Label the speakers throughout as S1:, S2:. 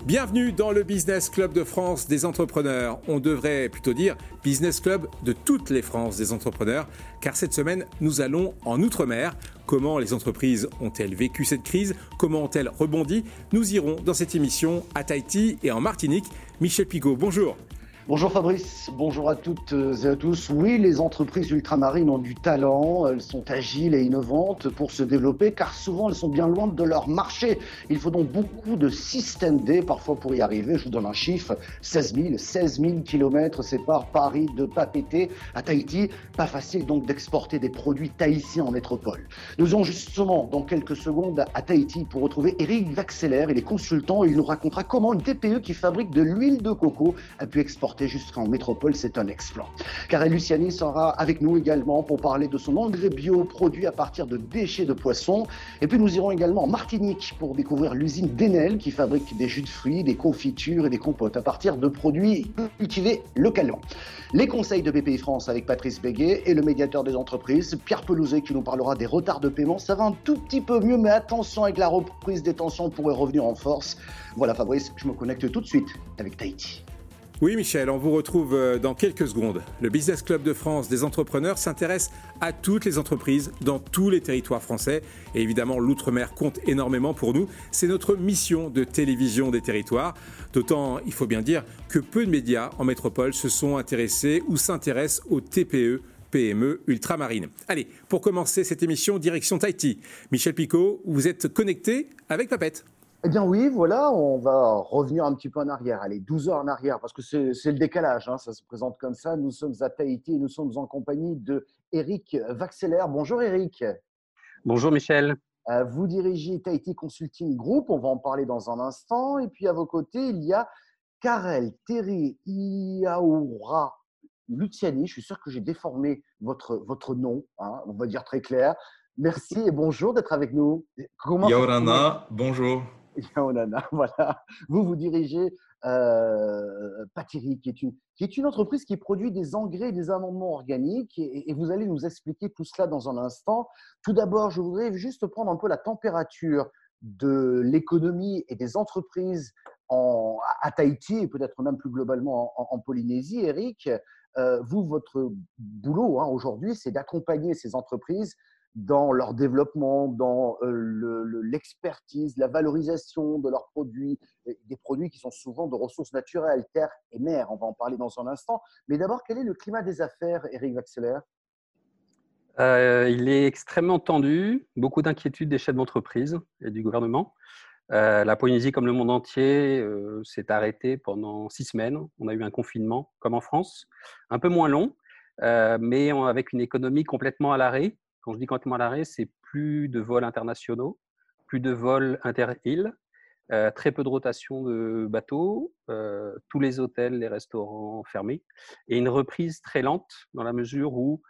S1: Bienvenue dans le Business Club de France des entrepreneurs. On devrait plutôt dire Business Club de toutes les Frances des entrepreneurs, car cette semaine, nous allons en Outre-mer. Comment les entreprises ont-elles vécu cette crise? Comment ont-elles rebondi? Nous irons dans cette émission à Tahiti et en Martinique. Michel Picaud, bonjour.
S2: Bonjour Fabrice, bonjour à toutes et à tous. Oui, les entreprises ultramarines ont du talent, elles sont agiles et innovantes pour se développer car souvent elles sont bien loin de leur marché. Il faut donc beaucoup de système D parfois pour y arriver. Je vous donne un chiffre, 16 000 kilomètres séparent Paris de Papeete à Tahiti. Pas facile donc d'exporter des produits tahitiens en métropole. Nous allons justement dans quelques secondes à Tahiti pour retrouver Eric Vaxeler, il est consultant et il nous racontera comment une TPE qui fabrique de l'huile de coco a pu exporter jusqu'en métropole, c'est un exploit. Karel Luciani sera avec nous également pour parler de son engrais bio produit à partir de déchets de poissons. Et puis nous irons également en Martinique pour découvrir l'usine d'Enel qui fabrique des jus de fruits, des confitures et des compotes à partir de produits cultivés localement. Les conseils de BPI France avec Patrice Béguet et le médiateur des entreprises, Pierre Pelouzet, qui nous parlera des retards de paiement. Ça va un tout petit peu mieux, mais attention, avec la reprise des tensions, on pourrait revenir en force. Voilà Fabrice, je me connecte tout de suite avec Tahiti.
S1: Oui Michel, on vous retrouve dans quelques secondes. Le Business Club de France des entrepreneurs s'intéresse à toutes les entreprises dans tous les territoires français. Et évidemment, l'outre-mer compte énormément pour nous. C'est notre mission de télévision des territoires. D'autant, il faut bien dire, que peu de médias en métropole se sont intéressés ou s'intéressent aux TPE, PME ultramarines. Allez, pour commencer cette émission, direction Tahiti. Michel Picaud, vous êtes connecté avec Papette.
S2: Eh bien oui, voilà, on va revenir un petit peu en arrière, allez, 12 heures en arrière, parce que c'est le décalage, hein, ça se présente comme ça. Nous sommes à Tahiti et nous sommes en compagnie de Eric Vaxeler. Bonjour Eric.
S3: Bonjour Michel.
S2: Vous dirigez Tahiti Consulting Group, on va en parler dans un instant. Et puis à vos côtés, il y a Karel Terry Iaoura Luciani. Je suis sûr que j'ai déformé votre nom, hein, on va dire très clair. Merci et bonjour d'être avec nous.
S4: Yaorana, bonjour.
S2: Yaorana, voilà. Vous dirigez Patiri, qui est une entreprise qui produit des engrais et des amendements organiques et vous allez nous expliquer tout cela dans un instant. Tout d'abord, je voudrais juste prendre un peu la température de l'économie et des entreprises à Tahiti et peut-être même plus globalement en Polynésie. Eric, votre boulot aujourd'hui, c'est d'accompagner ces entreprises dans leur développement, dans l'expertise, la valorisation de leurs produits, des produits qui sont souvent de ressources naturelles, terre et mer. On va en parler dans un instant. Mais d'abord, quel est le climat des affaires, Eric Vaxeler?
S3: Il est extrêmement tendu, beaucoup d'inquiétudes des chefs d'entreprise et du gouvernement. La Polynésie, comme le monde entier, s'est arrêtée pendant 6 semaines. On a eu un confinement, comme en France, un peu moins long, mais avec une économie complètement à l'arrêt. Quand je dis complètement à l'arrêt, c'est plus de vols internationaux, plus de vols inter-îles, très peu de rotation de bateaux, tous les hôtels, les restaurants fermés, et une reprise très lente dans la mesure où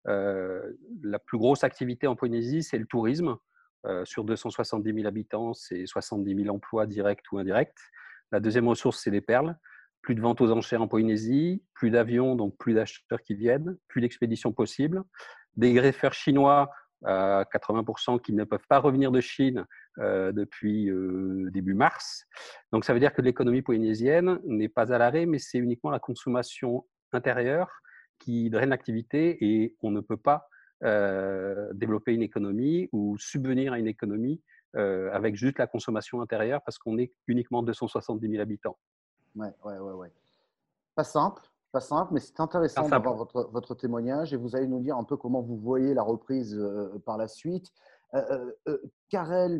S3: la plus grosse activité en Polynésie, c'est le tourisme. Sur 270 000 habitants, c'est 70 000 emplois directs ou indirects. La deuxième ressource, c'est les perles. Plus de ventes aux enchères en Polynésie, plus d'avions, donc plus d'acheteurs qui viennent, plus d'expéditions possibles. Des greffeurs chinois, 80% qui ne peuvent pas revenir de Chine depuis début mars. Donc ça veut dire que l'économie polynésienne n'est pas à l'arrêt, mais c'est uniquement la consommation intérieure qui draine l'activité et on ne peut pas développer une économie ou subvenir à une économie avec juste la consommation intérieure parce qu'on est uniquement 270 000 habitants.
S2: Ouais. Pas simple, mais c'est intéressant d'avoir votre témoignage et vous allez nous dire un peu comment vous voyez la reprise par la suite. Karel,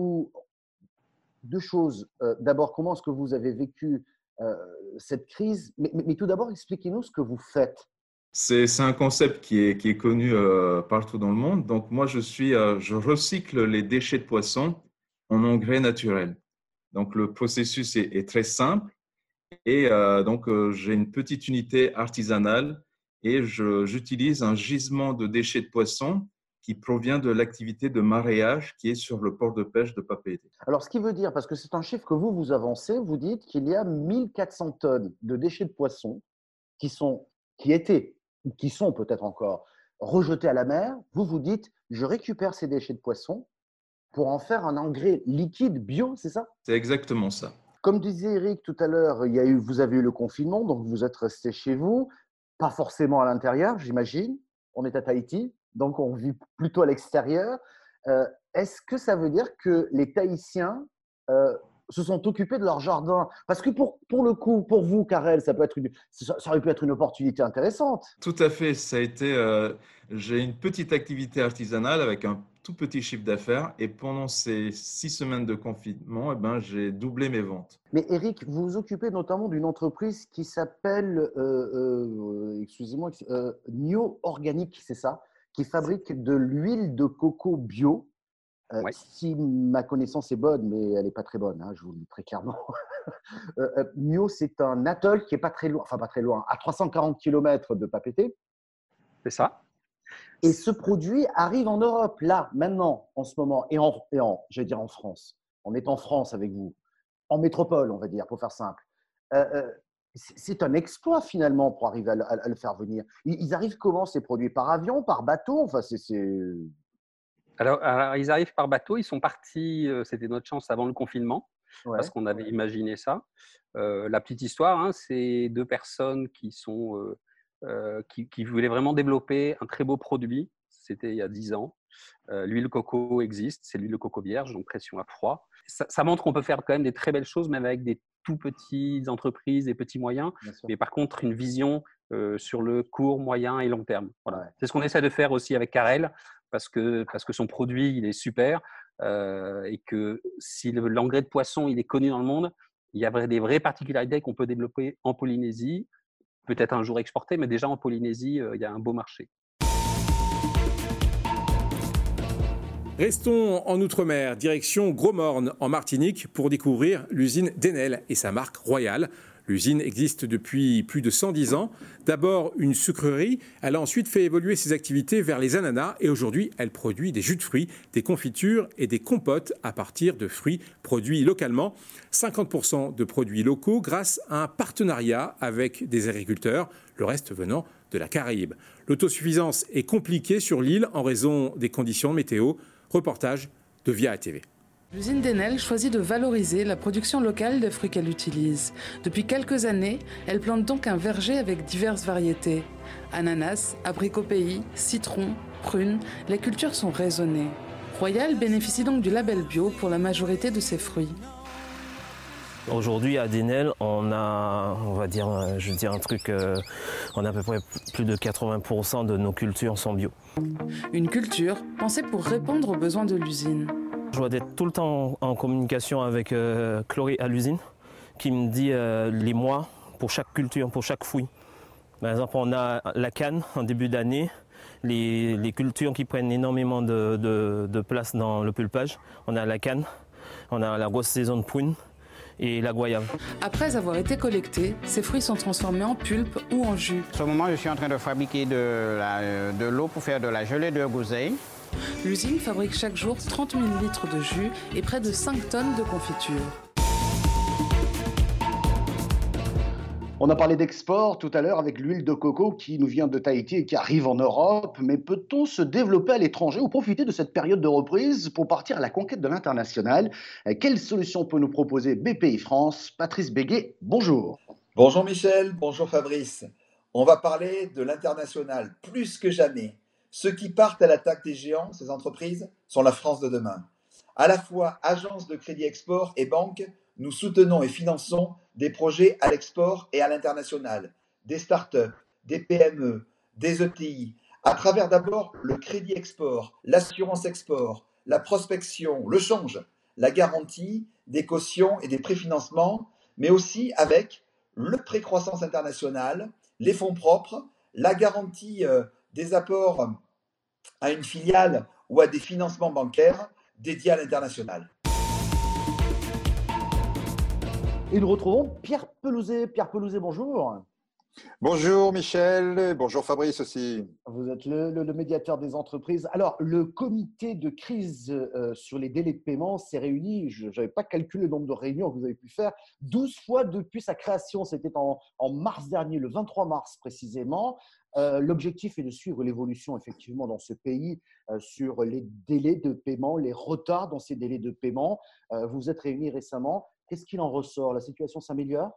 S2: deux choses. D'abord, comment est-ce que vous avez vécu cette crise, mais tout d'abord, expliquez-nous ce que vous faites.
S4: C'est un concept qui est connu partout dans le monde. Donc moi, je recycle les déchets de poisson en engrais naturels. Donc le processus est très simple. Et j'ai une petite unité artisanale et j'utilise un gisement de déchets de poisson qui provient de l'activité de mareyage qui est sur le port de pêche de Papeete.
S2: Alors, ce qui veut dire, parce que c'est un chiffre que vous avancez, vous dites qu'il y a 1400 tonnes de déchets de poisson qui étaient, ou qui sont peut-être encore, rejetés à la mer. Vous dites, je récupère ces déchets de poisson pour en faire un engrais liquide bio, c'est ça?
S4: C'est exactement ça.
S2: Comme disait Eric tout à l'heure, vous avez eu le confinement, donc vous êtes resté chez vous, pas forcément à l'intérieur, j'imagine. On est à Tahiti, donc on vit plutôt à l'extérieur. Euh, Est-ce que ça veut dire que les Tahitiens euh, se sont occupés de leur jardin? Parce que pour le coup, pour vous, Karel, ça aurait pu être une opportunité intéressante.
S4: Tout à fait, ça a été. J'ai une petite activité artisanale avec un tout petit chiffre d'affaires et pendant ces 6 semaines de confinement, eh ben, j'ai doublé mes ventes.
S2: Mais Eric, vous vous occupez notamment d'une entreprise qui s'appelle, excusez-moi, Nio Organique, c'est ça, qui fabrique de l'huile de coco bio.
S3: Oui,
S2: Si ma connaissance est bonne, mais elle n'est pas très bonne, hein, je vous le dis très clairement. Nio, c'est un atoll qui est pas très loin, enfin pas très loin, à 340 km de Papeete.
S3: c'est ça.
S2: Et ce produit arrive en Europe, là, maintenant, en ce moment, je vais dire en France. On est en France avec vous, en métropole, on va dire, pour faire simple. C'est un exploit finalement pour arriver à le faire venir. Ils arrivent comment ces produits? Par avion, par bateau? Enfin,
S3: Alors, ils arrivent par bateau. Ils sont partis, c'était notre chance avant le confinement, parce
S2: ouais,
S3: qu'on avait imaginé ça. La petite histoire, hein, c'est deux personnes qui voulaient vraiment développer un très beau produit. C'était il y a 10 ans. L'huile coco existe, c'est l'huile de coco vierge, donc pression à froid. Ça montre qu'on peut faire quand même des très belles choses, même avec des tout petites entreprises, des petits moyens,
S2: bien sûr.
S3: mais par contre une vision sur le court, moyen et long terme. Voilà.
S2: Ouais.
S3: C'est ce qu'on essaie de faire aussi avec Karel, parce que son produit, il est super, et que si l'engrais de poisson, il est connu dans le monde, il y a des vraies particularités qu'on peut développer en Polynésie, peut-être un jour exporter, mais déjà en Polynésie, il y a un beau marché.
S1: Restons en Outre-mer, direction Gros-Morne en Martinique pour découvrir l'usine Denel et sa marque Royal. L'usine existe depuis plus de 110 ans. D'abord une sucrerie, elle a ensuite fait évoluer ses activités vers les ananas et aujourd'hui elle produit des jus de fruits, des confitures et des compotes à partir de fruits produits localement. 50% de produits locaux grâce à un partenariat avec des agriculteurs, le reste venant de la Caraïbe. L'autosuffisance est compliquée sur l'île en raison des conditions météo. Reportage de Via ATV.
S5: L'usine Denel choisit de valoriser la production locale des fruits qu'elle utilise. Depuis quelques années, elle plante donc un verger avec diverses variétés. Ananas, abricots pays, citron, prunes, les cultures sont raisonnées. Royal bénéficie donc du label bio pour la majorité de ses fruits.
S6: Aujourd'hui à Denel, on a, on va dire, je dis un truc, on a à peu près plus de 80% de nos cultures sont bio.
S5: Une culture pensée pour répondre aux besoins de l'usine.
S6: Je dois être tout le temps en communication avec Chloé à l'usine, qui me dit les mois pour chaque culture, pour chaque fruit. Par exemple, on a la canne en début d'année, les cultures qui prennent énormément de place dans le pulpage. On a la canne, on a la grosse saison de prunes et la goyave.
S5: Après avoir été collectés, ces fruits sont transformés en pulpe ou en jus.
S7: En ce moment, je suis en train de fabriquer de l'eau pour faire de la gelée de groseille.
S5: L'usine fabrique chaque jour 30 000 litres de jus et près de 5 tonnes de confiture.
S2: On a parlé d'export tout à l'heure avec l'huile de coco qui nous vient de Tahiti et qui arrive en Europe. Mais peut-on se développer à l'étranger ou profiter de cette période de reprise pour partir à la conquête de l'international? Quelle solution peut nous proposer BPI France? Patrice Béguet, bonjour.
S8: Bonjour Michel, bonjour Fabrice. On va parler de l'international plus que jamais. Ceux qui partent à l'attaque des géants, ces entreprises, sont la France de demain. À la fois agence de crédit export et banque, nous soutenons et finançons des projets à l'export et à l'international, des startups, des PME, des ETI, à travers d'abord le crédit export, l'assurance export, la prospection, le change, la garantie, des cautions et des préfinancements, mais aussi avec le pré-croissance international, les fonds propres, la garantie des apports à une filiale ou à des financements bancaires dédiés à l'international.
S2: Et nous retrouvons Pierre Pelouzet. Pierre Pelouzet, bonjour.
S9: Bonjour Michel, bonjour Fabrice aussi.
S2: Vous êtes le médiateur des entreprises. Alors, le comité de crise sur les délais de paiement s'est réuni, je n'avais pas calculé le nombre de réunions que vous avez pu faire, 12 fois depuis sa création. C'était en mars dernier, le 23 mars précisément. L'objectif est de suivre l'évolution effectivement dans ce pays sur les délais de paiement, les retards dans ces délais de paiement. Vous vous êtes réunis récemment. Qu'est-ce qu'il en ressort? La situation s'améliore?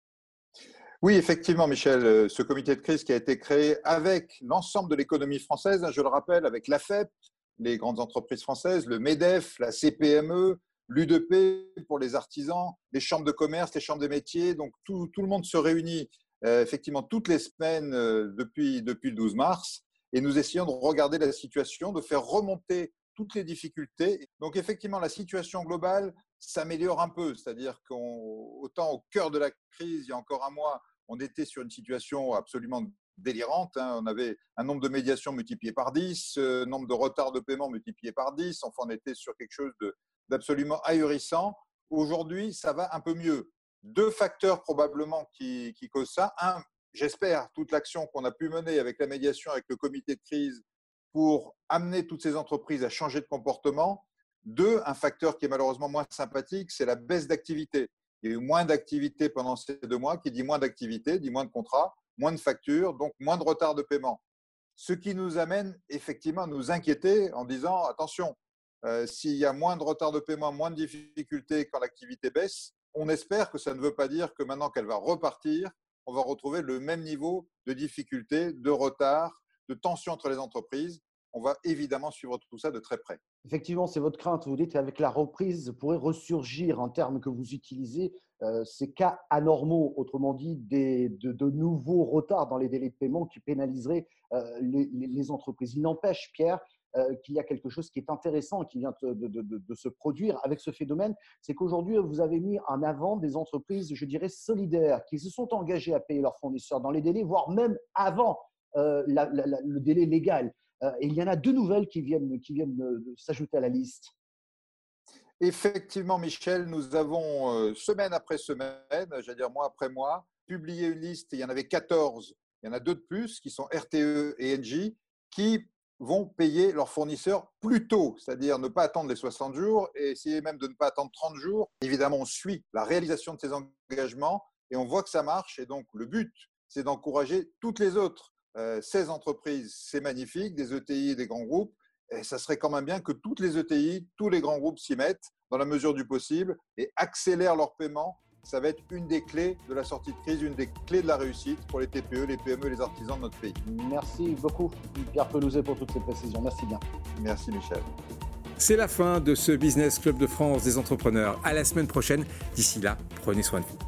S9: Oui, effectivement, Michel, ce comité de crise qui a été créé avec l'ensemble de l'économie française, je le rappelle, avec l'AFEP, les grandes entreprises françaises, le MEDEF, la CPME, l'UDP pour les artisans, les chambres de commerce, les chambres des métiers. Donc, tout le monde se réunit effectivement toutes les semaines depuis le 12 mars et nous essayons de regarder la situation, de faire remonter toutes les difficultés. Donc, effectivement, la situation globale s'améliore un peu, c'est-à-dire qu'autant au cœur de la crise, il y a encore un mois, on était sur une situation absolument délirante. On avait un nombre de médiations multiplié par 10, nombre de retards de paiement multiplié par 10. Enfin, on était sur quelque chose d'absolument ahurissant. Aujourd'hui, ça va un peu mieux. 2 facteurs probablement qui causent ça. Un, j'espère, toute l'action qu'on a pu mener avec la médiation, avec le comité de crise pour amener toutes ces entreprises à changer de comportement. 2, un facteur qui est malheureusement moins sympathique, c'est la baisse d'activité. Il y a eu moins d'activité pendant ces 2 mois. Qui dit moins d'activité, dit moins de contrats, moins de factures, donc moins de retard de paiement. Ce qui nous amène effectivement à nous inquiéter en disant attention, s'il y a moins de retard de paiement, moins de difficultés quand l'activité baisse, on espère que ça ne veut pas dire que maintenant qu'elle va repartir, on va retrouver le même niveau de difficulté, de retard, de tension entre les entreprises. On va évidemment suivre tout ça de très près.
S2: Effectivement, c'est votre crainte. Vous dites qu'avec la reprise, pourrait ressurgir, un terme que vous utilisez, ces cas anormaux, autrement dit, de nouveaux retards dans les délais de paiement qui pénaliseraient les entreprises. Il n'empêche, Pierre, qu'il y a quelque chose qui est intéressant qui vient de se produire avec ce phénomène, c'est qu'aujourd'hui, vous avez mis en avant des entreprises, je dirais, solidaires, qui se sont engagées à payer leurs fournisseurs dans les délais, voire même avant le délai légal. Et il y en a 2 nouvelles qui viennent s'ajouter à la liste.
S9: Effectivement, Michel, nous avons semaine après semaine, j'allais dire mois après mois, publié une liste. Il y en avait 14. Il y en a 2 de plus qui sont RTE et Engie qui vont payer leurs fournisseurs plus tôt, c'est-à-dire ne pas attendre les 60 jours et essayer même de ne pas attendre 30 jours. Évidemment, on suit la réalisation de ces engagements et on voit que ça marche. Et donc, le but, c'est d'encourager toutes les autres 16 entreprises. C'est magnifique, des ETI et des grands groupes. Et ça serait quand même bien que toutes les ETI, tous les grands groupes s'y mettent dans la mesure du possible et accélèrent leur paiement. Ça va être une des clés de la sortie de crise, une des clés de la réussite pour les TPE, les PME, les artisans de notre pays.
S2: Merci beaucoup, Pierre Pelouzet, pour toutes ces précisions. Merci bien.
S9: Merci, Michel.
S1: C'est la fin de ce Business Club de France des entrepreneurs. À la semaine prochaine. D'ici là, prenez soin de vous.